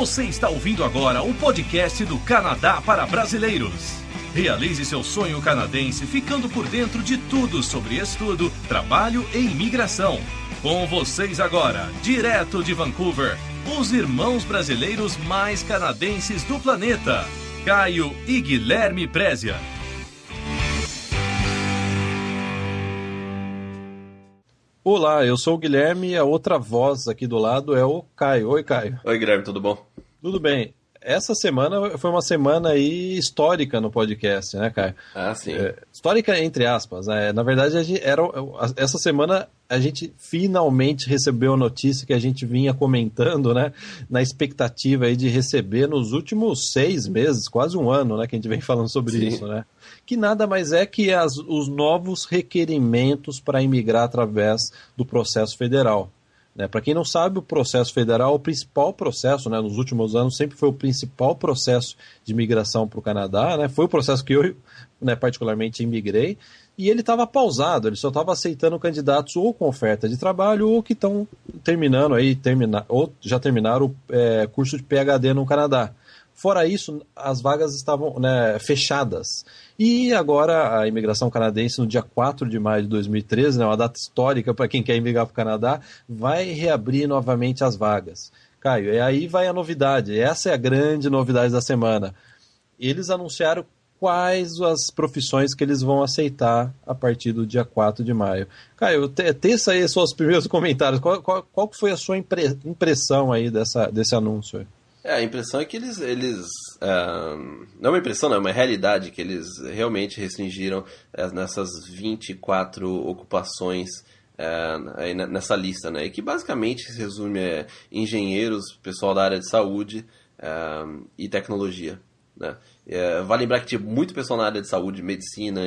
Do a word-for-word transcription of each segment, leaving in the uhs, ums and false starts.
Você está ouvindo agora o podcast do Canadá para Brasileiros. Realize seu sonho canadense ficando por dentro de tudo sobre estudo, trabalho e imigração. Com vocês agora, direto de Vancouver, os irmãos brasileiros mais canadenses do planeta, Caio e Guilherme Prezia. Olá, eu sou o Guilherme e a outra voz aqui do lado é o Caio. Oi, Caio. Oi, Guilherme, tudo bom? Tudo bem. Essa semana foi uma semana aí histórica no podcast, né, Caio? Ah, sim. É, histórica entre aspas, né? Na verdade, a gente, era, essa semana a gente finalmente recebeu a notícia que a gente vinha comentando, né? Na expectativa aí de receber nos últimos seis meses, quase um ano, né? Que a gente vem falando sobre sim. isso, né? Que nada mais é que as, os novos requerimentos para imigrar através do processo federal. Né? Para quem não sabe, o processo federal, o principal processo, né, nos últimos anos, sempre foi o principal processo de imigração para o Canadá. Né? Foi o processo que eu, né, particularmente, imigrei. E ele estava pausado, ele só estava aceitando candidatos ou com oferta de trabalho ou que estão terminando aí, termina, ou já terminaram o é, curso de P H D no Canadá. Fora isso, as vagas estavam, né, fechadas. E agora a imigração canadense, no dia quatro de maio de dois mil e treze, né, uma data histórica para quem quer imigrar para o Canadá, vai reabrir novamente as vagas. Caio, e aí vai a novidade, essa é a grande novidade da semana. Eles anunciaram quais as profissões que eles vão aceitar a partir do dia quatro de maio. Caio, teça aí os seus primeiros comentários. Qual, qual, qual foi a sua impre, impressão aí dessa, desse anúncio aí? É, a impressão é que eles, eles uh, não é uma impressão, não, é uma realidade que eles realmente restringiram uh, nessas vinte e quatro ocupações uh, aí nessa lista, né? E que basicamente se resume a engenheiros, pessoal da área de saúde uh, e tecnologia, né? Uh, vale lembrar que tinha muito pessoal na área de saúde, medicina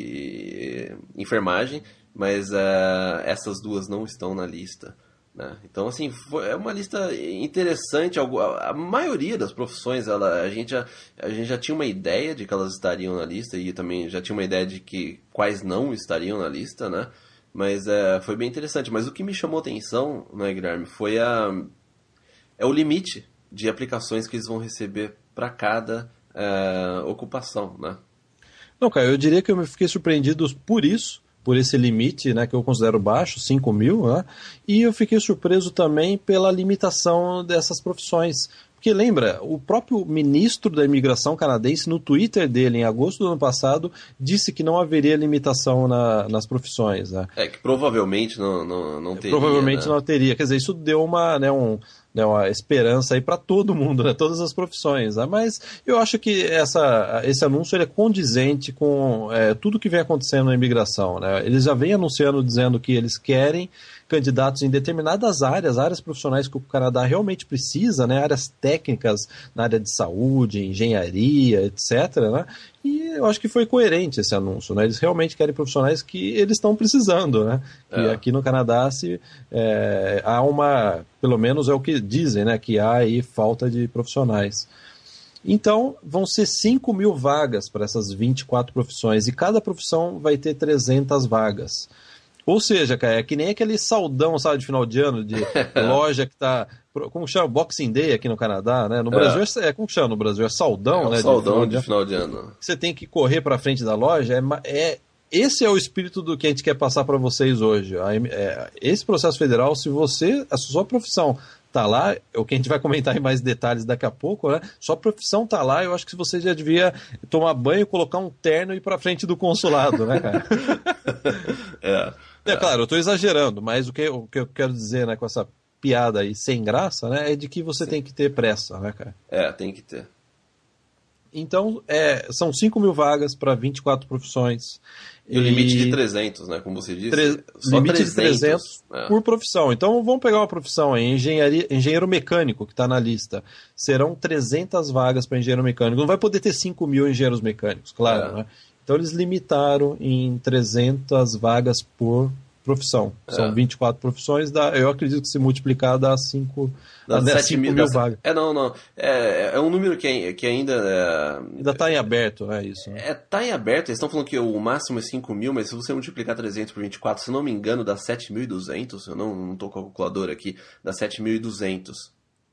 e, e enfermagem, mas uh, essas duas não estão na lista. Né? Então, assim, foi, é uma lista interessante. A, a maioria das profissões, ela, a, gente já, a gente já tinha uma ideia de que elas estariam na lista e também já tinha uma ideia de que quais não estariam na lista, né? Mas é, foi bem interessante. Mas o que me chamou atenção, né, Guilherme, foi a, é o limite de aplicações que eles vão receber para cada é, ocupação, né? Não, cara, eu diria que eu fiquei surpreendido por isso, por esse limite, né, que eu considero baixo, cinco mil, né, e eu fiquei surpreso também pela limitação dessas profissões. Porque lembra, o próprio ministro da imigração canadense, no Twitter dele, em agosto do ano passado, disse que não haveria limitação na, nas profissões. Né? É, que provavelmente não, não, não teria. Provavelmente né? não teria. Quer dizer, isso deu uma, né, um, né, uma esperança aí para todo mundo, né, todas as profissões. Né? Mas eu acho que essa, esse anúncio ele é condizente com é, tudo que vem acontecendo na imigração. Né? Eles já vêm anunciando, dizendo que eles querem candidatos em determinadas áreas, áreas profissionais que o Canadá realmente precisa, né, áreas técnicas na área de saúde, engenharia, etcétera. Né, e eu acho que foi coerente esse anúncio. Né, eles realmente querem profissionais que eles estão precisando. Né, é. E aqui no Canadá se, é, há uma, pelo menos é o que dizem, né, que há aí falta de profissionais. Então, vão ser cinco mil vagas para essas vinte e quatro profissões e cada profissão vai ter trezentas vagas. Ou seja, cara, é que nem aquele saldão, sabe, de final de ano, de loja que tá, como chama, Boxing Day aqui no Canadá, né? No Brasil é, é como chama no Brasil? É saldão, é um né? Saldão de final de, de final de ano. Você tem que correr para frente da loja, é, é, esse é o espírito do que a gente quer passar para vocês hoje. É, esse processo federal, se você, a sua profissão tá lá, o que a gente vai comentar em mais detalhes daqui a pouco, né? Sua profissão tá lá, eu acho que você já devia tomar banho, colocar um terno e ir para frente do consulado, né, cara? é. É claro, eu estou exagerando, mas o que, o que eu quero dizer, né, com essa piada aí sem graça, né, é de que você Sim. tem que ter pressa, né, cara? É, tem que ter. Então, é, são cinco mil vagas para vinte e quatro profissões. E, e o limite de trezentos, né, como você disse? Tre... Só limite trezentos, de trezentos é. por profissão. Então, vamos pegar uma profissão aí, engenharia, engenheiro mecânico, que está na lista. Serão trezentas vagas para engenheiro mecânico. Não vai poder ter cinco mil engenheiros mecânicos, claro, é. né? Então eles limitaram em trezentas vagas por profissão. São é. vinte e quatro profissões, dá, eu acredito que se multiplicar dá cinco mil vagas. É, não, não. É, é um número que, que ainda... É, ainda está em aberto, é isso. Né? É, está em aberto, eles estão falando que o máximo é cinco mil, mas se você multiplicar trezentos por vinte e quatro, se não me engano, dá sete mil e duzentos, eu não estou com a calculadora aqui, dá sete mil e duzentos.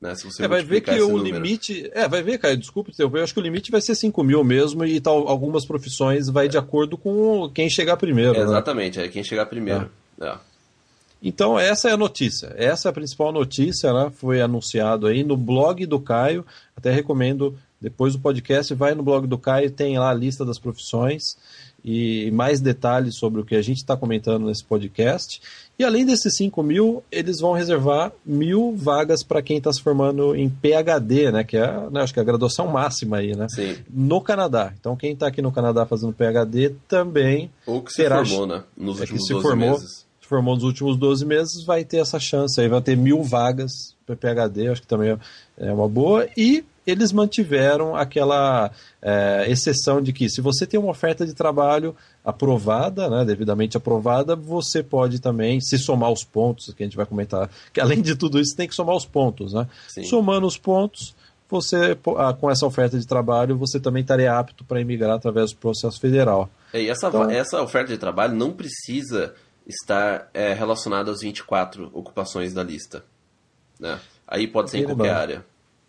Né? Se você É, vai ver que esse o número. limite. É, vai ver que o número. limite. É, vai ver, cara, desculpa, eu acho que o limite vai ser cinco mil mesmo, e tal, algumas profissões vai é. de acordo com quem chegar primeiro. É, exatamente, né? É quem chegar primeiro. É. É. Então, essa é a notícia. Essa é a principal notícia, né? Foi anunciado aí no blog do Caio. Até recomendo, depois do podcast, vai no blog do Caio, tem lá a lista das profissões e mais detalhes sobre o que a gente está comentando nesse podcast. E além desses cinco mil, eles vão reservar mil vagas para quem está se formando em P H D, né? Que é, né, acho que é a graduação máxima aí, né? Sim. No Canadá. Então, quem está aqui no Canadá fazendo P H D também... Ou que se terá... formou, né? Nos é últimos que se doze formou, meses. formou nos últimos doze meses, vai ter essa chance aí, vai ter mil vagas para P H D, acho que também é uma boa, e eles mantiveram aquela é, exceção de que se você tem uma oferta de trabalho aprovada, né, devidamente aprovada, você pode também, se somar os pontos, que a gente vai comentar, que além de tudo isso tem que somar os pontos, né? Sim. Somando os pontos, você, com essa oferta de trabalho, você também estaria apto para emigrar através do processo federal. E essa, então, essa oferta de trabalho não precisa estar é, relacionada às vinte e quatro ocupações da lista. Né? Aí pode ser em qualquer área.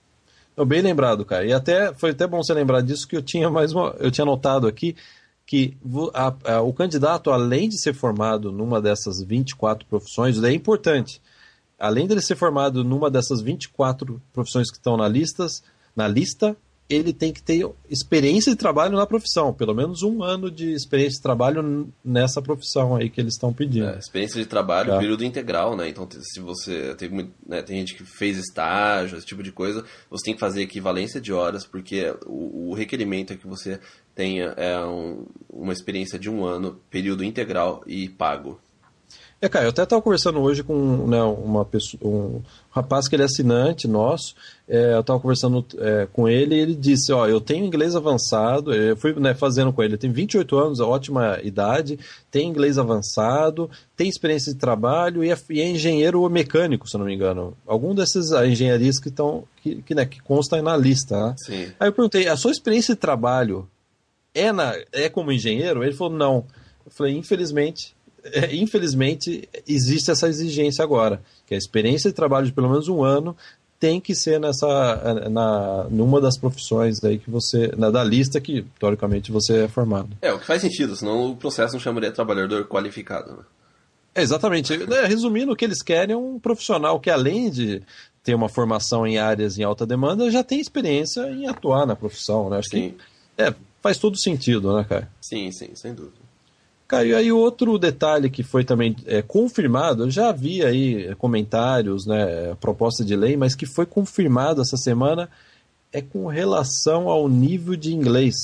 Bem lembrado, cara. E até foi até bom você lembrar disso, que eu tinha mais uma, eu tinha notado aqui que a, a, o candidato, além de ser formado numa dessas vinte e quatro profissões, isso daí é importante. Além de ele ser formado numa dessas vinte e quatro profissões que estão na, listas, na lista, ele tem que ter experiência de trabalho na profissão, pelo menos um ano de experiência de trabalho nessa profissão aí que eles estão pedindo. É, experiência de trabalho, é. período integral, né? Então, se você tem, muito, né, tem gente que fez estágio, esse tipo de coisa, você tem que fazer equivalência de horas, porque o, o requerimento é que você tenha é, um, uma experiência de um ano, período integral e pago. É, cara, eu até estava conversando hoje com, né, uma pessoa, um rapaz que ele é assinante nosso, é, eu estava conversando é, com ele e ele disse, ó, eu tenho inglês avançado, eu fui né, fazendo com ele, ele tem vinte e oito anos, ótima idade, tem inglês avançado, tem experiência de trabalho e é, e é engenheiro mecânico, se eu não me engano. Algum dessas engenharias que estão, que, que, né, que constam na lista, né? Sim. Aí eu perguntei, a sua experiência de trabalho é, na, é como engenheiro? Ele falou, não. Eu falei, infelizmente... É, infelizmente, existe essa exigência agora, que a experiência de trabalho de pelo menos um ano tem que ser nessa, na, numa das profissões aí que você, na, da lista que, teoricamente, você é formado. É, o que faz sentido, senão o processo não chamaria de trabalhador qualificado. Né? É, exatamente. Resumindo, o que eles querem é um profissional que, além de ter uma formação em áreas em alta demanda, já tem experiência em atuar na profissão, né? Acho sim. que é, faz todo sentido, né, cara? Sim, sim, sem dúvida. Cara, e aí outro detalhe que foi também é, confirmado, eu já vi aí comentários, né, proposta de lei, mas que foi confirmado essa semana, é com relação ao nível de inglês.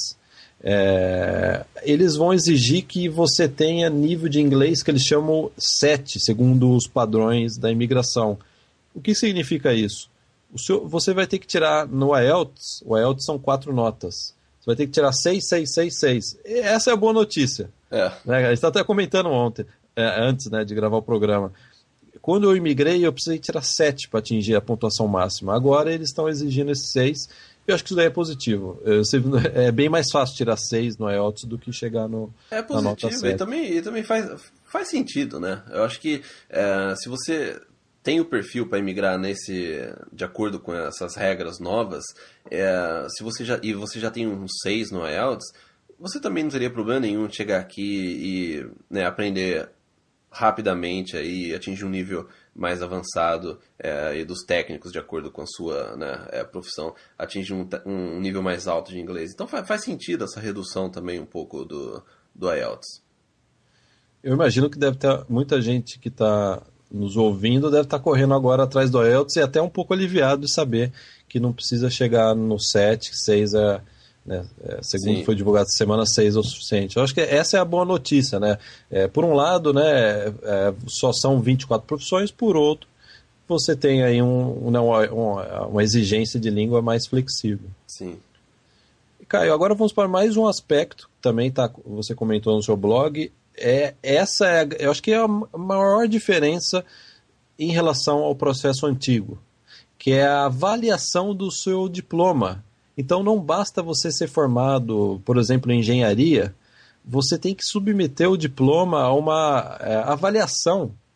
É, eles vão exigir que você tenha nível de inglês que eles chamam sete, segundo os padrões da imigração. O que significa isso? O seu, você vai ter que tirar no I E L T S, o I E L T S são quatro notas, você vai ter que tirar seis, seis, seis, seis. E essa é a boa notícia. É. Né, a gente está até comentando ontem, é, antes né, de gravar o programa. Quando eu imigrei, eu precisei tirar sete para atingir a pontuação máxima. Agora eles estão exigindo esses seis. Eu acho que isso daí é positivo. Eu, é bem mais fácil tirar seis no I E L T S do que chegar no, é positivo, na nota sete. E também, e também faz, faz sentido, né? Eu acho que é, se você tem o perfil para imigrar nesse, de acordo com essas regras novas, é, se você já, e você já tem um seis no I E L T S, você também não teria problema nenhum de chegar aqui e né, aprender rapidamente e atingir um nível mais avançado é, e dos técnicos, de acordo com a sua né, é, profissão, atingir um, um nível mais alto de inglês. Então faz, faz sentido essa redução também um pouco do, do I E L T S. Eu imagino que deve ter muita gente que está nos ouvindo, deve estar correndo agora atrás do I E L T S e até um pouco aliviado de saber que não precisa chegar no sete, seis é... Né? É, segundo Sim. foi divulgado essa semana, seis é o suficiente. Eu acho que essa é a boa notícia, né? É, por um lado, né, é, só são vinte e quatro profissões, por outro, você tem aí um, uma, uma, uma exigência de língua mais flexível. Sim. E, Caio, agora vamos para mais um aspecto, que também tá, você comentou no seu blog, é, essa é, eu acho que é a maior diferença em relação ao processo antigo, que é a avaliação do seu diploma. Então não basta você ser formado, por exemplo, em engenharia, você tem que submeter o diploma a uma é, avaliação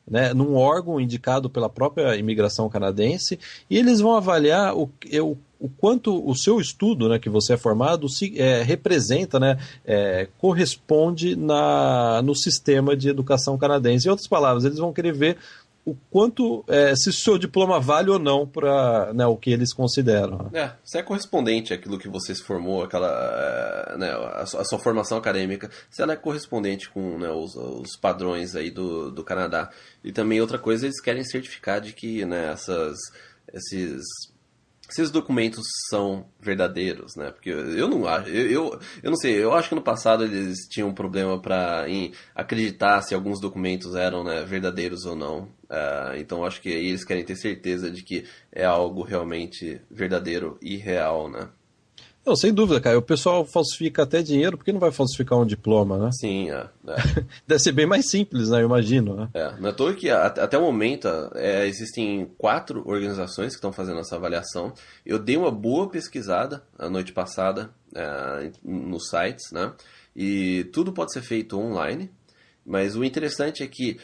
né, num órgão indicado pela própria imigração canadense, e eles vão avaliar o, o, o quanto o seu estudo, né, que você é formado, se, é, representa, né, é, corresponde na, no sistema de educação canadense. Em outras palavras, eles vão querer ver o quanto, é, se o seu diploma vale ou não para, né, o que eles consideram. É, se é correspondente àquilo que você se formou, aquela, né, a, sua, a sua formação acadêmica, se ela é correspondente com, né, os, os padrões aí do, do Canadá. E também outra coisa, eles querem certificar de que, né, essas, esses... esses documentos são verdadeiros, né? Porque eu não acho, eu, eu, eu não sei, eu acho que no passado eles tinham um problema para acreditar se alguns documentos eram, né, verdadeiros ou não. Uh, então eu acho que aí eles querem ter certeza de que é algo realmente verdadeiro e real, né? Não, sem dúvida, cara. O pessoal falsifica até dinheiro, por que não vai falsificar um diploma, né? Sim, é. é. Deve ser bem mais simples, né? Eu imagino, né? É, não é à toa que até o momento é, existem quatro organizações que estão fazendo essa avaliação. Eu dei uma boa pesquisada a noite passada é, nos sites, né? E tudo pode ser feito online, mas o interessante é que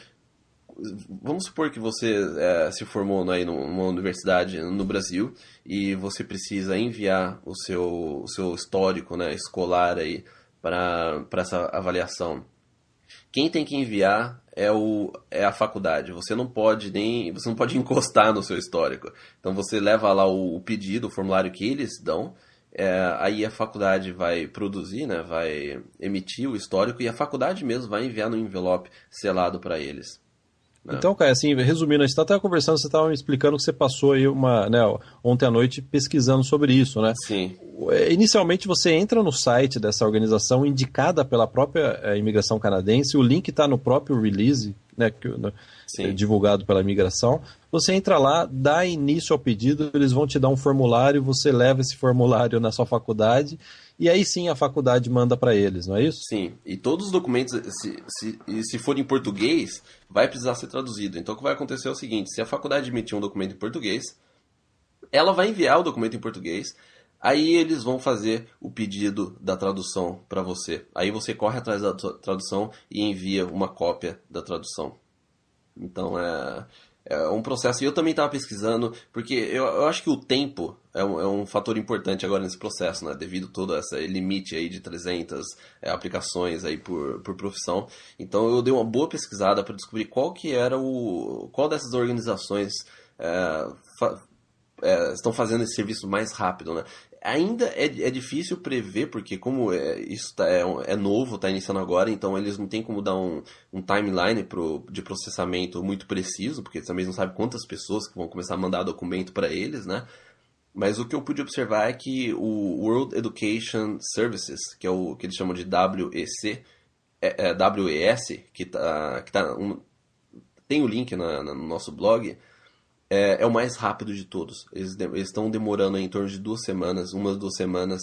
vamos supor que você é, se formou aí numa universidade no Brasil e você precisa enviar o seu, o seu histórico, né, escolar aí para essa avaliação. Quem tem que enviar é, o, é a faculdade. Você não pode nem você não pode encostar no seu histórico. Então você leva lá o, o pedido, o formulário que eles dão. É, aí a faculdade vai produzir, né, vai emitir o histórico e a faculdade mesmo vai enviar no envelope selado para eles. Então, cara, assim, resumindo, a gente estava conversando, você estava me explicando que você passou aí uma, né, ontem à noite pesquisando sobre isso, né? Sim. Inicialmente você entra no site dessa organização indicada pela própria é, imigração canadense, o link está no próprio release, né, que, né, é divulgado pela imigração. Você entra lá, dá início ao pedido, eles vão te dar um formulário, você leva esse formulário na sua faculdade e aí sim a faculdade manda para eles, não é isso? Sim, e todos os documentos, se, se, se for em português, vai precisar ser traduzido. Então o que vai acontecer é o seguinte, se a faculdade emitir um documento em português, ela vai enviar o documento em português, aí eles vão fazer o pedido da tradução para você. Aí você corre atrás da tradução e envia uma cópia da tradução. Então é... É um processo, e eu também estava pesquisando, porque eu, eu acho que o tempo é um, é um fator importante agora nesse processo, né? Devido a todo esse limite aí de trezentas é, aplicações aí por, por profissão. Então eu dei uma boa pesquisada para descobrir qual que era o... qual dessas organizações é, fa, é, estão fazendo esse serviço mais rápido, né? Ainda é, é difícil prever, porque como é, isso tá, é, é novo, está iniciando agora, então eles não têm como dar um, um timeline pro, de processamento muito preciso, porque eles também não sabem quantas pessoas que vão começar a mandar documento para eles, né? Mas o que eu pude observar é que o World Education Services, que é o que eles chamam de W E C, é, é W E S, que, tá, que tá um, tem o link na, na, no nosso blog, É, é o mais rápido de todos. Eles, de, eles estão demorando em torno de duas semanas, umas duas semanas,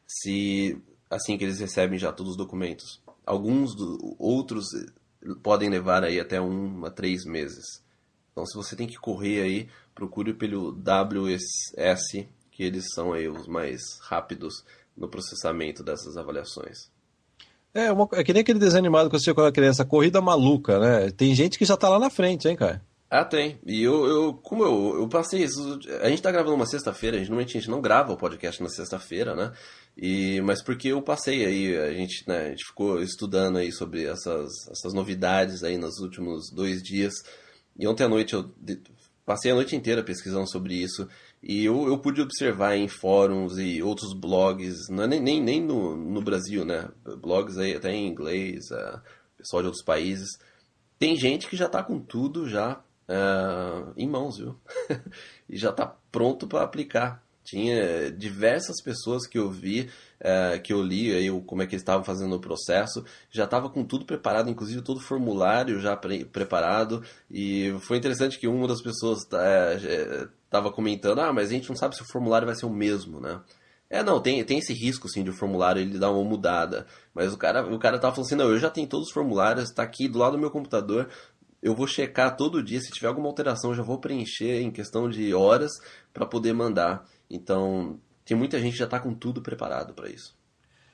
se assim que eles recebem já todos os documentos. Alguns do, outros podem levar aí até um a três meses. Então, se você tem que correr aí, procure pelo W S, que eles são aí os mais rápidos no processamento dessas avaliações. É, uma, é que nem aquele desenho animado que eu assistia quando era criança, Corrida Maluca, né? Tem gente que já tá lá na frente, hein, cara? Ah, tem. E eu, eu como eu, eu passei isso... A gente tá gravando uma sexta-feira, a gente, normalmente a gente não grava o podcast na sexta-feira, né? E, mas porque eu passei aí, a gente, né, a gente ficou estudando aí sobre essas, essas novidades aí nos últimos dois dias. E ontem à noite eu passei a noite inteira pesquisando sobre isso. E eu, eu pude observar em fóruns e outros blogs, não é nem, nem, nem no, no Brasil, né? Blogs aí até em inglês, é, pessoal de outros países. Tem gente que já tá com tudo já... Uh, em mãos, viu? E já está pronto para aplicar. Tinha diversas pessoas que eu vi, uh, que eu li aí, como é que eles estavam fazendo o processo, já estava com tudo preparado, inclusive todo o formulário já pre preparado, e foi interessante que uma das pessoas estava uh, comentando, ah, mas a gente não sabe se o formulário vai ser o mesmo, né? É, não, tem, tem esse risco, sim, de o formulário ele dar uma mudada, mas o cara, o cara tava falando assim, não, eu já tenho todos os formulários, está aqui do lado do meu computador, eu vou checar todo dia, se tiver alguma alteração, eu já vou preencher em questão de horas para poder mandar. Então, tem muita gente que já está com tudo preparado para isso.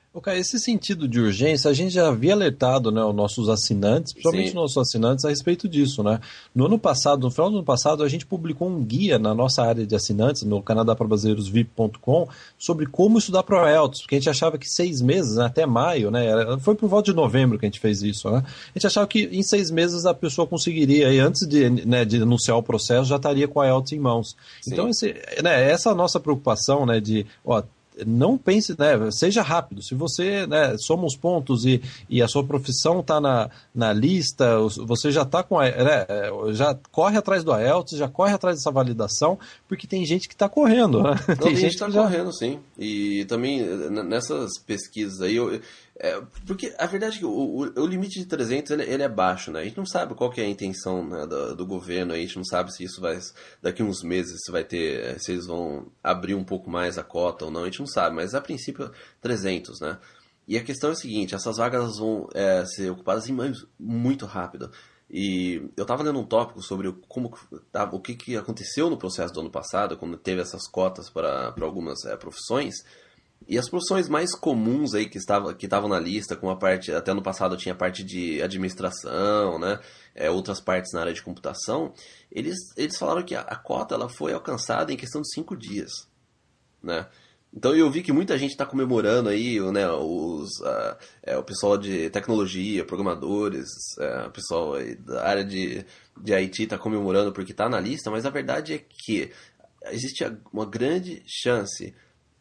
Ok, esse sentido de urgência, a gente já havia alertado, né, os nossos assinantes, principalmente os Sim. nossos assinantes, a respeito disso, né? No ano passado, no final do ano passado, a gente publicou um guia na nossa área de assinantes, no canadá para brasileiros v i p ponto com, sobre como estudar para o I E L T S, porque a gente achava que seis meses, né, até maio, né, era- foi por volta de novembro que a gente fez isso, né? A gente achava que em seis meses a pessoa conseguiria, e antes de, né, de anunciar o processo, já estaria com o I E L T S em mãos. Então, Sim. esse, né, essa é a nossa preocupação, né, de, ó, não pense, né, seja rápido. Se você, né, soma os pontos e, e a sua profissão está na, na lista, você já está com a, né, já corre atrás do I E L T S, já corre atrás dessa validação, porque tem gente que está correndo, né? Não, Tem tem gente gente que tá que já... correndo, sim. E também n- nessas pesquisas aí, eu- é, porque a verdade é que o, o- o limite de trezentos ele, ele é baixo, né? A gente não sabe qual que é a intenção, né, do, do governo, a gente não sabe se isso vai, daqui uns meses, se vai ter, se eles vão abrir um pouco mais a cota ou não, a gente não sabe, mas a princípio trezentos, né? E a questão é a seguinte, essas vagas vão é, ser ocupadas em mãos muito rápido. E eu estava lendo um tópico sobre o, como, tá, o que, que aconteceu no processo do ano passado, quando teve essas cotas para, para algumas é, profissões. E as profissões mais comuns aí que estavam que estavam na lista, como a parte, até no passado tinha a parte de administração, né? É, outras partes na área de computação, eles, eles falaram que a, a cota ela foi alcançada em questão de cinco dias, né? Então eu vi que muita gente está comemorando aí, né, os, ah, é, o pessoal de tecnologia, programadores, é, o pessoal aí da área de, de I T está comemorando porque está na lista, mas a verdade é que existe uma grande chance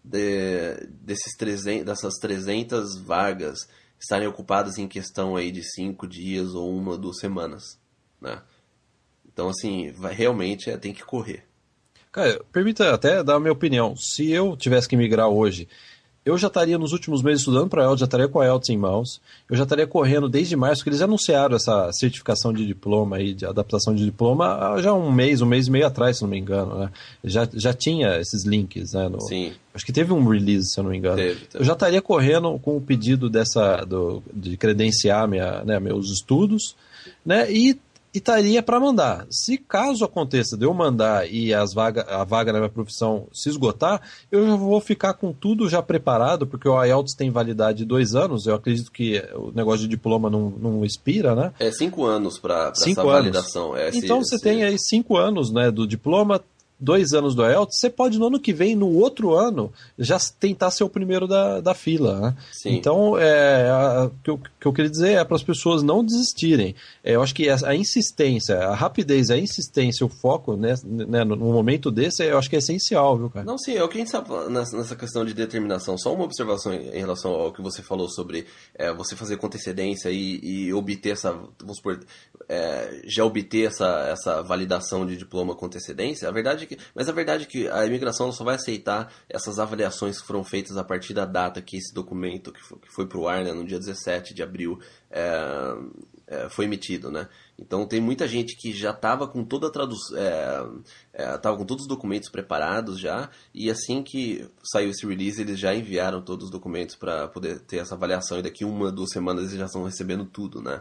de, desses trezentos, dessas trezentas vagas estarem ocupadas em questão aí de cinco dias ou uma ou duas semanas, né? Então assim, vai, realmente é, tem que correr. Cara, permita até dar a minha opinião. Se eu tivesse que migrar hoje, eu já estaria nos últimos meses estudando para I E L T S, já estaria com a I E L T S em mãos, eu já estaria correndo desde março, porque eles anunciaram essa certificação de diploma aí, de adaptação de diploma, há já um mês, um mês e meio atrás, se não me engano, né? Já, já tinha esses links, né? No, Sim. acho que teve um release, se eu não me engano. Teve, teve. Eu já estaria correndo com o pedido dessa, do, de credenciar minha, né, meus estudos, né? E E estaria para mandar. Se caso aconteça de eu mandar e as vaga, a vaga na minha profissão se esgotar, eu já vou ficar com tudo já preparado, porque o I E L T S tem validade de dois anos. Eu acredito que o negócio de diploma não, não expira, né? É cinco anos para essa Cinco anos. validação. É, esse- Então você esse- tem aí cinco anos, né, do diploma, dois anos do I E L T S, você pode no ano que vem, no outro ano, já tentar ser o primeiro da, da fila, né? Sim. Então, é, a- o que eu, que eu queria dizer é para as pessoas não desistirem. É, eu acho que a, a insistência, a rapidez, a insistência, o foco, né, né, no, no momento desse, eu acho que é essencial, viu, cara? Não, sim, é o que a gente sabe nessa, nessa questão de determinação. Só uma observação em em relação ao que você falou sobre é, você fazer com antecedência e, e obter essa, vamos supor, é, já obter essa, essa validação de diploma com antecedência. A verdade é que, mas a verdade é que a imigração só vai aceitar essas avaliações que foram feitas a partir da data que esse documento, que foi, que foi para o ar, né, no dia dezessete de abril, é, é, foi emitido, né? Então tem muita gente que já estava com toda a tradução, é, é, tava com todos os documentos preparados já, e assim que saiu esse release, eles já enviaram todos os documentos para poder ter essa avaliação, e daqui uma, duas semanas eles já estão recebendo tudo, né?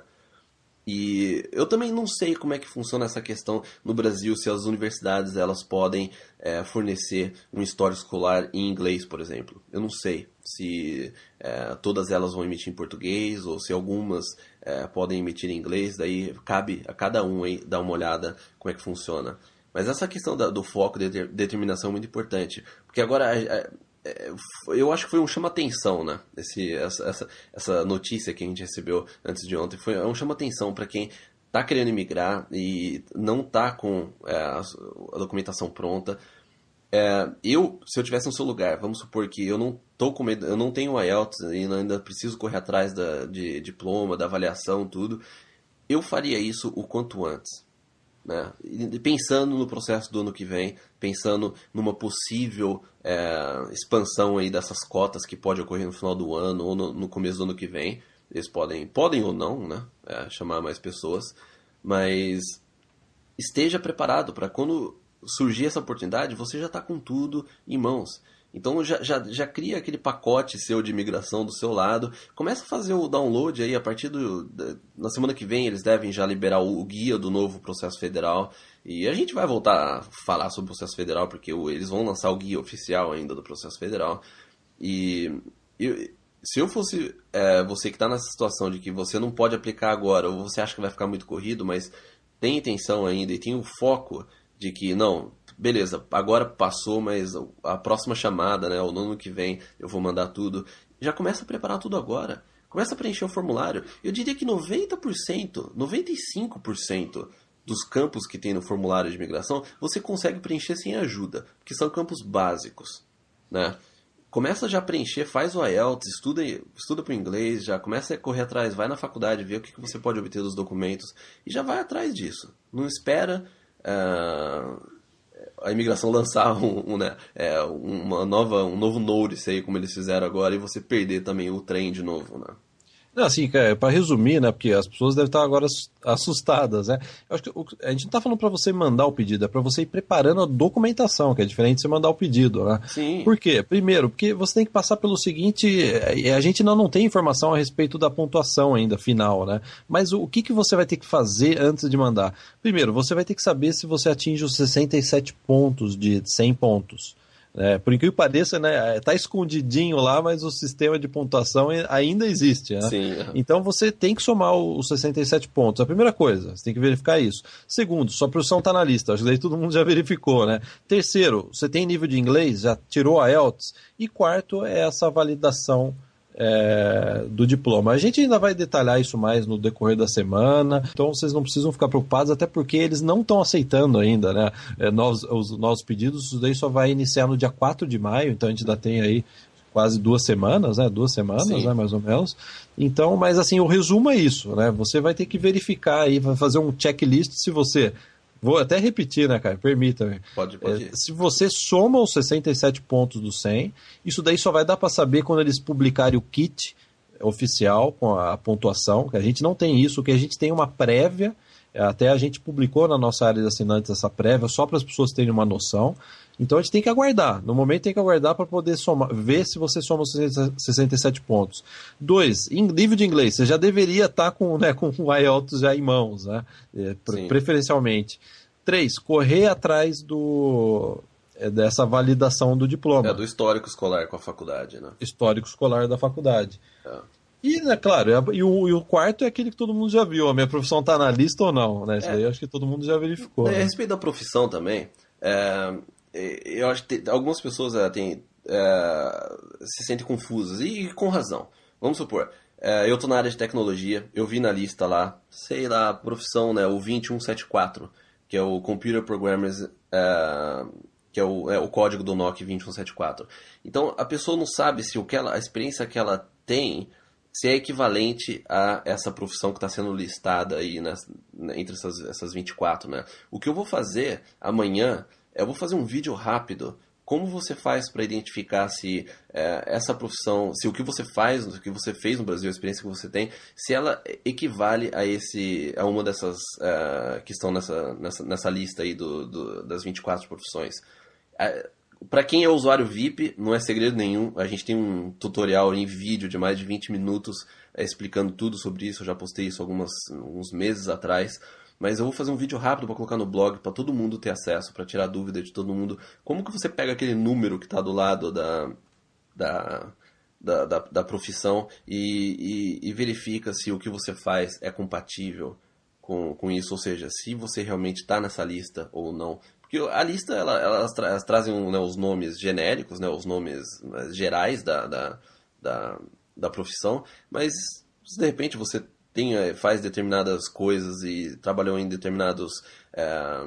E eu também não sei como é que funciona essa questão no Brasil, se as universidades elas podem é, fornecer um histórico escolar em inglês, por exemplo. Eu não sei se é, todas elas vão emitir em português ou se algumas é, podem emitir em inglês, daí cabe a cada um aí dar uma olhada como é que funciona. Mas essa questão da, do foco e de determinação é muito importante, porque agora... É, eu acho que foi um chama-atenção, né? Esse, essa, essa, essa notícia que a gente recebeu antes de ontem foi um chama-atenção para quem está querendo imigrar e não está com é, a, a documentação pronta. É, eu, se eu tivesse no seu lugar, vamos supor que eu não tô com medo, eu não tenho I E L T S e ainda preciso correr atrás da, de diploma, da avaliação, tudo, eu faria isso o quanto antes. Né? Pensando no processo do ano que vem, pensando numa possível é, expansão aí dessas cotas que pode ocorrer no final do ano ou no, no começo do ano que vem. Eles podem, podem ou não, né? É, chamar mais pessoas, mas esteja preparado para quando surgir essa oportunidade, você já está com tudo em mãos. Então já, já, já cria aquele pacote seu de imigração do seu lado, começa a fazer o download aí a partir do... Da, na semana que vem eles devem já liberar o, o guia do novo processo federal, e a gente vai voltar a falar sobre o processo federal, porque o, eles vão lançar o guia oficial ainda do processo federal, e... e se eu fosse é, você que está nessa situação de que você não pode aplicar agora, ou você acha que vai ficar muito corrido, mas tem intenção ainda e tem o foco de que, não, beleza, agora passou, mas a próxima chamada, né, o ano que vem, eu vou mandar tudo. Já começa a preparar tudo agora. Começa a preencher o formulário. Eu diria que noventa por cento, noventa e cinco por cento dos campos que tem no formulário de imigração, você consegue preencher sem ajuda, porque são campos básicos, né? Começa já a preencher, faz o I E L T S, estuda, estuda para o inglês, já começa a correr atrás, vai na faculdade, vê o que você pode obter dos documentos e já vai atrás disso. Não espera uh, a imigração lançar um, um, né, é, uma nova, um novo notice aí, como eles fizeram agora, e você perder também o trem de novo, né? Não, assim, para resumir, né, porque as pessoas devem estar agora assustadas, né? Eu acho que a gente não está falando para você mandar o pedido, é para você ir preparando a documentação, que é diferente de você mandar o pedido, né? Sim. Por quê? Primeiro, porque você tem que passar pelo seguinte, a gente ainda não tem informação a respeito da pontuação ainda final, né? Mas o que, que você vai ter que fazer antes de mandar? Primeiro, você vai ter que saber se você atinge os sessenta e sete pontos de cem pontos. É, por incrível que pareça, né, tá escondidinho lá, mas o sistema de pontuação ainda existe, né? Sim. Então você tem que somar os sessenta e sete pontos. A primeira coisa, você tem que verificar isso. Segundo, sua profissão está na lista, acho que daí todo mundo já verificou, né? Terceiro, você tem nível de inglês, já tirou a I E L T S. E quarto é essa validação É, do diploma. A gente ainda vai detalhar isso mais no decorrer da semana, então vocês não precisam ficar preocupados, até porque eles não estão aceitando ainda, né, é, novos, os novos pedidos. Isso daí só vai iniciar no dia quatro de maio, então a gente ainda tem aí quase duas semanas, né, duas semanas, né, mais ou menos. Então, mas assim, o resumo é isso, né, você vai ter que verificar aí, vai fazer um checklist se você... Vou até repetir, né, cara? Permita-me. Pode, pode. É, se você soma os sessenta e sete pontos do cem, isso daí só vai dar para saber quando eles publicarem o kit oficial com a pontuação, que a gente não tem isso, que a gente tem uma prévia, até a gente publicou na nossa área de assinantes essa prévia, só para as pessoas terem uma noção. Então a gente tem que aguardar. No momento tem que aguardar para poder somar, ver se você soma os sessenta e sete pontos. Dois, em nível de inglês, você já deveria estar com, né, com o I E L T S já em mãos, né? É, preferencialmente. Três, correr atrás do, é, dessa validação do diploma. É, do histórico escolar com a faculdade, né? Histórico escolar da faculdade. É. E, né, claro, e o, e o quarto é aquele que todo mundo já viu. A minha profissão está na lista ou não, né? Isso é. daí eu acho que todo mundo já verificou. É, né? A respeito da profissão também, é, eu acho que tem, algumas pessoas é, tem, é, se sentem confusas, e com razão. Vamos supor, é, eu estou na área de tecnologia, eu vi na lista lá, sei lá, a profissão, né, o vinte e um setenta e quatro, que é o Computer Programmers, é, que é o, é o código do N O C vinte e um setenta e quatro. Então, a pessoa não sabe se o que ela, a experiência que ela tem, se é equivalente a essa profissão que está sendo listada aí nas, entre essas, essas vinte e quatro, né? O que eu vou fazer amanhã, eu vou fazer um vídeo rápido. Como você faz para identificar se é, essa profissão, se o que você faz, o que você fez no Brasil, a experiência que você tem, se ela equivale a esse, a uma dessas uh, que estão nessa, nessa, nessa lista aí do, do, das vinte e quatro profissões. Uh, para quem é usuário V I P, não é segredo nenhum. A gente tem um tutorial em vídeo de mais de vinte minutos é, explicando tudo sobre isso. Eu já postei isso algumas, alguns meses atrás. Mas eu vou fazer um vídeo rápido para colocar no blog, para todo mundo ter acesso, para tirar dúvida de todo mundo. Como que você pega aquele número que está do lado da, da, da, da, da profissão e, e, e verifica se o que você faz é compatível com, com isso, ou seja, se você realmente está nessa lista ou não. Porque a lista, ela, elas, tra elas trazem, né, os nomes genéricos, né, os nomes gerais da, da, da, da profissão, mas se de repente você tem, faz determinadas coisas e trabalhou em determinadas é,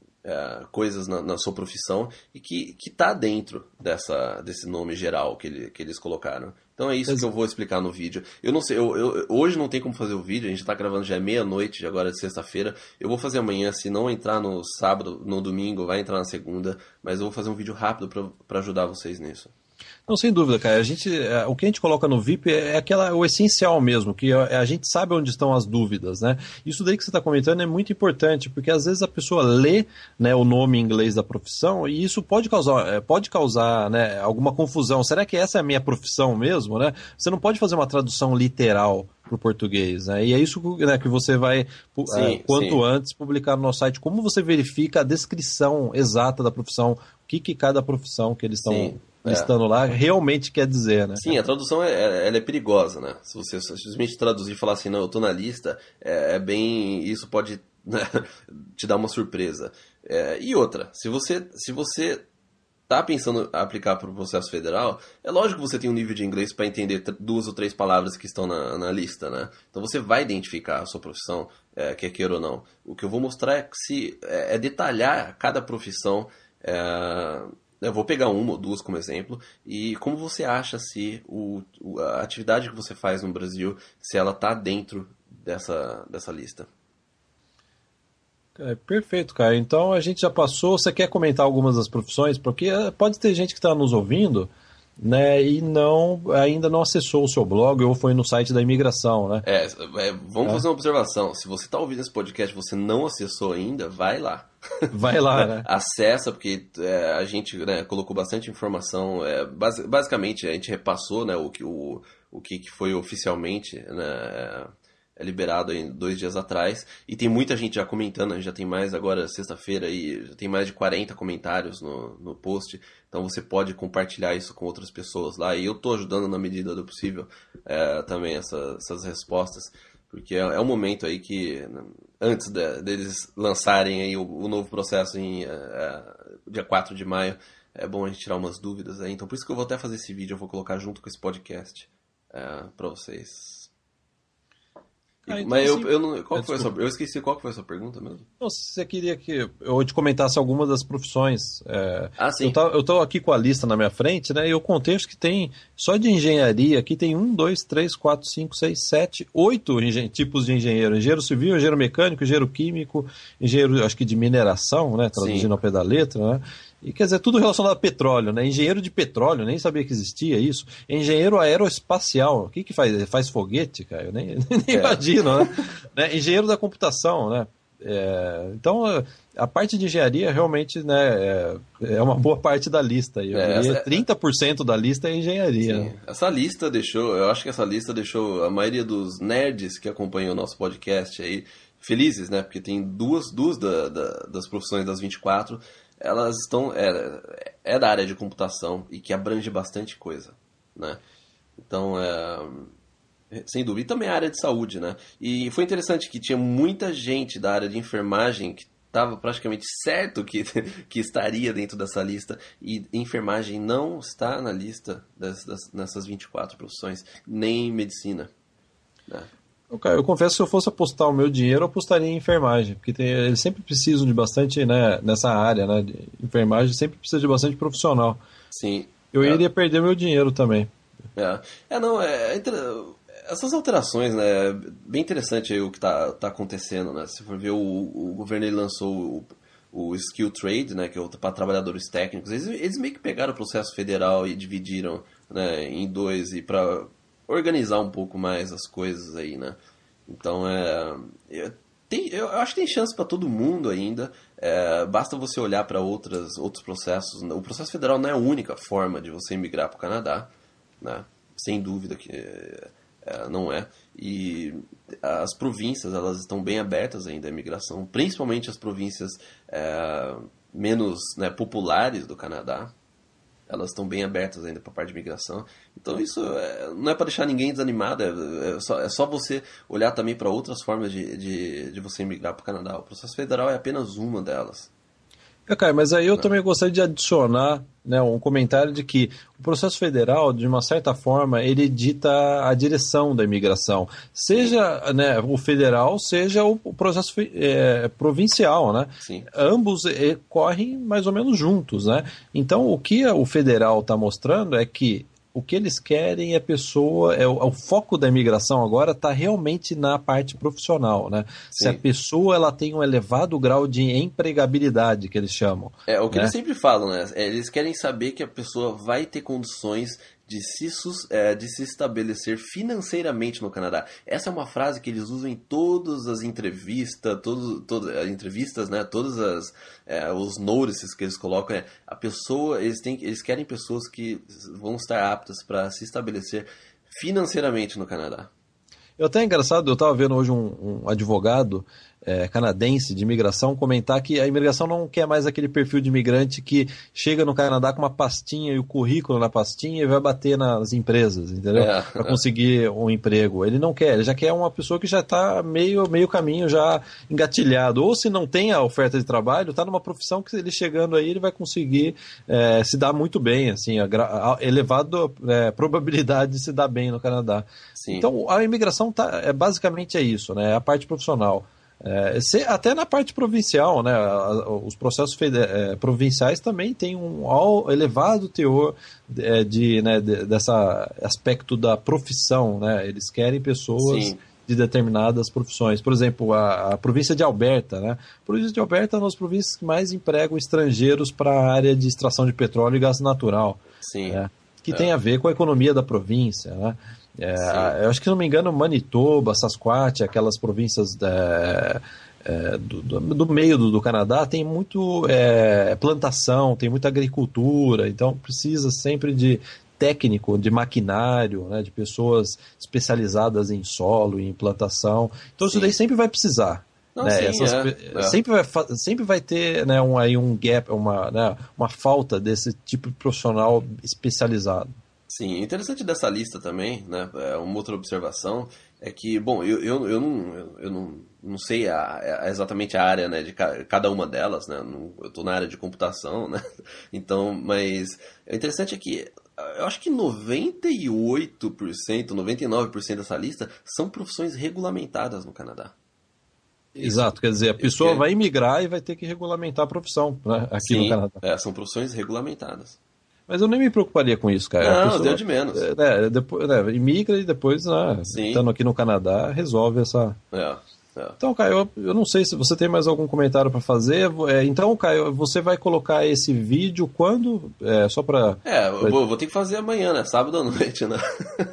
é, coisas na, na sua profissão e que está dentro dessa, desse nome geral que, ele, que eles colocaram. Então é isso que eu vou explicar no vídeo. Eu não sei, eu, eu, hoje não tem como fazer o vídeo, a gente está gravando já é meia-noite, agora é sexta-feira. Eu vou fazer amanhã, se não entrar no sábado, no domingo, vai entrar na segunda, mas eu vou fazer um vídeo rápido para ajudar vocês nisso. Não, sem dúvida, cara. A gente, o que a gente coloca no V I P é aquela, o essencial mesmo, que a gente sabe onde estão as dúvidas, né? Isso daí que você está comentando é muito importante, porque às vezes a pessoa lê, né, o nome em inglês da profissão e isso pode causar, pode causar, né, alguma confusão. Será que essa é a minha profissão mesmo, né? Você não pode fazer uma tradução literal para o português, né? E é isso, né, que você vai, sim, é, quanto sim. antes, publicar no nosso site. Como você verifica a descrição exata da profissão, o que, que cada profissão que eles estão listando é. lá realmente quer dizer, né? Sim, a tradução é, ela é perigosa, né? Se você simplesmente traduzir e falar assim, não, eu tô na lista, é, é bem... Isso pode, né, te dar uma surpresa. É, e outra, se você, se você tá pensando em aplicar para o processo federal, é lógico que você tem um nível de inglês para entender duas ou três palavras que estão na, na lista, né? Então você vai identificar a sua profissão, é, quer queira ou não. O que eu vou mostrar é, se, é, é detalhar cada profissão. É, eu vou pegar uma ou duas como exemplo, e como você acha se o, a atividade que você faz no Brasil, se ela está dentro dessa, dessa lista. É, perfeito, cara. Então a gente já passou. Você quer comentar algumas das profissões? Porque pode ter gente que está nos ouvindo, né, e não, ainda não acessou o seu blog ou foi no site da imigração, né? É, é vamos é. fazer uma observação. Se você está ouvindo esse podcast e você não acessou ainda, vai lá. Vai lá, né? Acessa, porque é, a gente, né, colocou bastante informação. É, base, basicamente, a gente repassou, né, o, que, o, o que foi oficialmente, né, é liberado aí dois dias atrás, e tem muita gente já comentando, a gente já tem mais agora, sexta-feira, aí, já tem mais de quarenta comentários no, no post, então você pode compartilhar isso com outras pessoas lá, e eu estou ajudando na medida do possível é, também essa, essas respostas, porque é, é um momento aí que, antes de, deles lançarem aí o, o novo processo em é, dia quatro de maio, é bom a gente tirar umas dúvidas aí, então por isso que eu vou até fazer esse vídeo, eu vou colocar junto com esse podcast é, para vocês. Ah, então, mas eu, assim, eu, não, qual é, foi a sua, eu esqueci qual foi a sua pergunta mesmo. Não, se você queria que eu te comentasse algumas das profissões. É, ah, sim. Eu estou aqui com a lista na minha frente, né? E eu contei que tem, só de engenharia, aqui tem um, dois, três, quatro, cinco, seis, sete, oito tipos de engenheiro. Engenheiro civil, engenheiro mecânico, engenheiro químico, engenheiro, acho que de mineração, né? Traduzindo sim. ao pé da letra, né? E quer dizer, tudo relacionado a petróleo, né? Engenheiro de petróleo, nem sabia que existia isso. Engenheiro aeroespacial, o que que faz? Faz foguete, cara? Eu nem, nem é. imagino, né? né? Engenheiro da computação, né? É, então, a parte de engenharia realmente, né, é, é uma boa parte da lista. Eu é, diria trinta por cento da lista é engenharia. Sim. Essa lista deixou, eu acho que essa lista deixou a maioria dos nerds que acompanham o nosso podcast aí felizes, né? Porque tem duas, duas da, da, das profissões das vinte e quatro, elas estão é, é da área de computação e que abrange bastante coisa, né? Então, é, sem dúvida. E também a área de saúde, né? E foi interessante que tinha muita gente da área de enfermagem que estava praticamente certo que, que estaria dentro dessa lista, e enfermagem não está na lista das, das, nessas vinte e quatro profissões, nem medicina, né? Okay, eu confesso que se eu fosse apostar o meu dinheiro, eu apostaria em enfermagem, porque tem, eles sempre precisam de bastante, né, nessa área, né, de enfermagem sempre precisa de bastante profissional. Sim. Eu é. iria perder meu dinheiro também. É, é não, é, é essas alterações, né, é bem interessante aí o que está tá acontecendo, né, se for ver, o, o governo ele lançou o, o Skill Trade, né, que é para trabalhadores técnicos, eles, eles meio que pegaram o processo federal e dividiram, né, em dois, e para organizar um pouco mais as coisas aí, né? Então, é, eu, tem, eu acho que tem chance para todo mundo ainda. É, basta você olhar para outros processos. O processo federal não é a única forma de você emigrar para o Canadá, né? Sem dúvida que é, não é. E as províncias, elas estão bem abertas ainda à imigração, principalmente as províncias é, menos, né, populares do Canadá. Elas estão bem abertas ainda para a parte de migração. Então isso é, não é para deixar ninguém desanimado, é, é, só, é só você olhar também para outras formas de, de, de você migrar para o Canadá. O processo federal é apenas uma delas. É, cara, mas aí eu não. também gostaria de adicionar, né, um comentário de que o processo federal, de uma certa forma, ele dita a direção da imigração. Seja, né, o federal, seja o processo é, provincial, né? Sim. Ambos é, correm mais ou menos juntos, né? Então, o que o federal está mostrando é que o que eles querem é pessoa, é o, o foco da imigração agora está realmente na parte profissional, né? Sim. Se a pessoa ela tem um elevado grau de empregabilidade, que eles chamam. É o que né? eles sempre falam, né? Eles querem saber que a pessoa vai ter condições de se, é, de se estabelecer financeiramente no Canadá. Essa é uma frase que eles usam em todas as entrevistas, todos, todas as entrevistas, né? Todos as, é, os notices que eles colocam. É, a pessoa, eles, têm, eles querem pessoas que vão estar aptas para se estabelecer financeiramente no Canadá. Eu até é engraçado, eu estava vendo hoje um, um advogado é, canadense de imigração comentar que a imigração não quer mais aquele perfil de imigrante que chega no Canadá com uma pastinha e o currículo na pastinha e vai bater nas empresas, entendeu? É, para conseguir um emprego. Ele não quer, ele já quer uma pessoa que já está meio, meio caminho já engatilhado. Ou se não tem a oferta de trabalho, está numa profissão que ele chegando aí ele vai conseguir é, se dar muito bem, assim, a, a elevada é, probabilidade de se dar bem no Canadá. Sim. Então a imigração tá, é, basicamente é isso, né? É a parte profissional. É, se, até na parte provincial, né, os processos feder, é, provinciais também têm um elevado teor de, de, né, de, dessa aspecto da profissão, né, eles querem pessoas Sim. de determinadas profissões. Por exemplo, a, a província de Alberta, né, a província de Alberta é uma das províncias que mais empregam estrangeiros para a área de extração de petróleo e gás natural, Sim. né, que é. tem a ver com a economia da província, né. É, eu acho que, se não me engano, Manitoba, Saskatchewan, aquelas províncias da, é, do, do, do meio do, do Canadá, tem muito é, plantação, tem muita agricultura, então precisa sempre de técnico, de maquinário, né, de pessoas especializadas em solo, em plantação. Então sim. Isso daí sempre vai precisar. Não, né, sim, essas, é, sempre, vai, sempre vai ter, né, um, aí um gap, uma, né, uma falta desse tipo de profissional especializado. Sim, interessante dessa lista também, né, uma outra observação, é que, bom, eu, eu, eu, não, eu não, não sei a, a, exatamente a área, né, de cada uma delas, né, não, eu estou na área de computação, né, então, mas o interessante é que eu acho que noventa e oito por cento, noventa e nove por cento dessa lista são profissões regulamentadas no Canadá. Exato, Isso, quer dizer, a pessoa é... vai imigrar e vai ter que regulamentar a profissão, né, aqui Sim, no Canadá. É, são profissões regulamentadas. Mas eu nem me preocuparia com isso, cara. Não, pessoa, deu de menos. É, depois, né, imigra e depois, né, estando aqui no Canadá, resolve essa... É, é. Então, Caio, eu, eu não sei se você tem mais algum comentário para fazer. É, então, Caio, você vai colocar esse vídeo quando? É, só para... É, eu pra... vou, vou ter que fazer amanhã, né? Sábado à noite, né?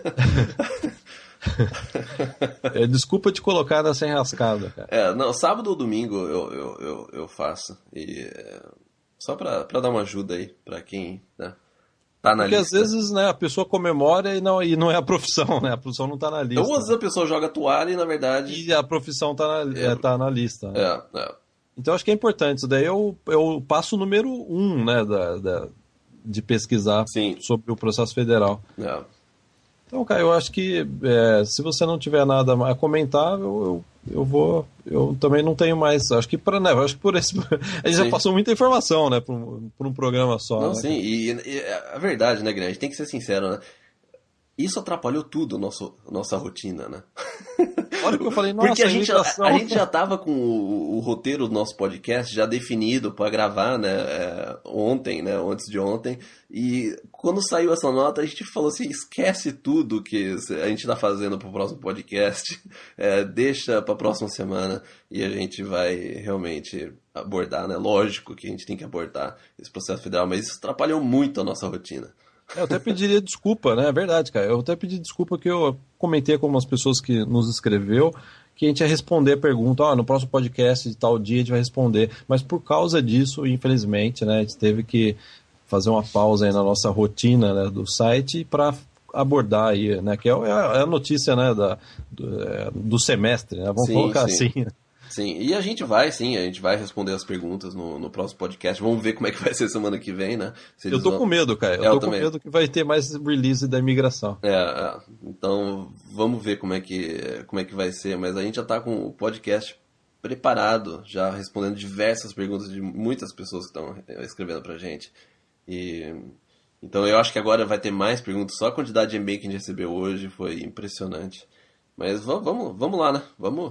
é, desculpa te colocar nessa enrascada, cara. É, não, sábado ou domingo eu, eu, eu, eu faço. E, é, só para dar uma ajuda aí para quem... Né? Tá na Porque lista. Às vezes, né, a pessoa comemora e não, e não é a profissão, né? A profissão não tá na lista. Ou às vezes a pessoa joga toalha e, na verdade... E a profissão tá na, é, tá na lista. Né? É, é. Então, acho que é importante. Isso daí é o, é o passo número um, né, da, da, de pesquisar Sim. sobre o processo federal. É. Então, Caio, eu acho que é, se você não tiver nada a comentar, eu, eu, eu vou... Eu também não tenho mais... Acho que, pra, né, acho que por esse... A gente sim. já passou muita informação, né, por um, por um programa só. Não, né? sim. E, e a verdade, né, Guilherme? A gente tem que ser sincero, né? Isso atrapalhou tudo a nosso, nossa rotina, né? Olha que eu falei, nossa, Porque a, a, gente, a, a gente já tá... estava com o, o roteiro do nosso podcast já definido para gravar, né, é, ontem, né, antes de ontem, e quando saiu essa nota a gente falou assim, esquece tudo que a gente está fazendo para o próximo podcast, é, deixa para a próxima semana e a gente vai realmente abordar, né, lógico que a gente tem que abordar esse processo federal, mas isso atrapalhou muito a nossa rotina. Eu até pediria desculpa, né? É verdade, cara. Eu até pedi desculpa que eu comentei com algumas pessoas que nos escreveu que a gente ia responder a pergunta, ó, oh, no próximo podcast de tal dia a gente vai responder. Mas por causa disso, infelizmente, né, a gente teve que fazer uma pausa aí na nossa rotina, né, do site para abordar aí, né, que é a notícia, né, da, do, do semestre, né? Vamos sim, colocar sim. assim. Sim, e a gente vai, sim, a gente vai responder as perguntas no, no próximo podcast. Vamos ver como é que vai ser semana que vem, né? Se eu tô vão... com medo, cara. Eu, eu tô também. com medo que vai ter mais release da imigração. É, é, então vamos ver como é, que, como é que vai ser. Mas a gente já tá com o podcast preparado, já respondendo diversas perguntas de muitas pessoas que estão escrevendo pra gente. E... Então eu acho que agora vai ter mais perguntas. Só a quantidade de e-mail que a gente recebeu hoje foi impressionante. Mas vamos, vamos, vamos lá, né? Vamos...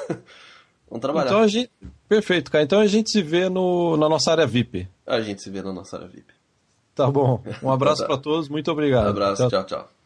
Vamos trabalhar. Então a gente... Perfeito, cara. Então a gente se vê no... na nossa área V I P. A gente se vê na nossa área V I P. Tá bom. Um abraço para todos. Muito obrigado. Um abraço. Tchau, tchau. tchau.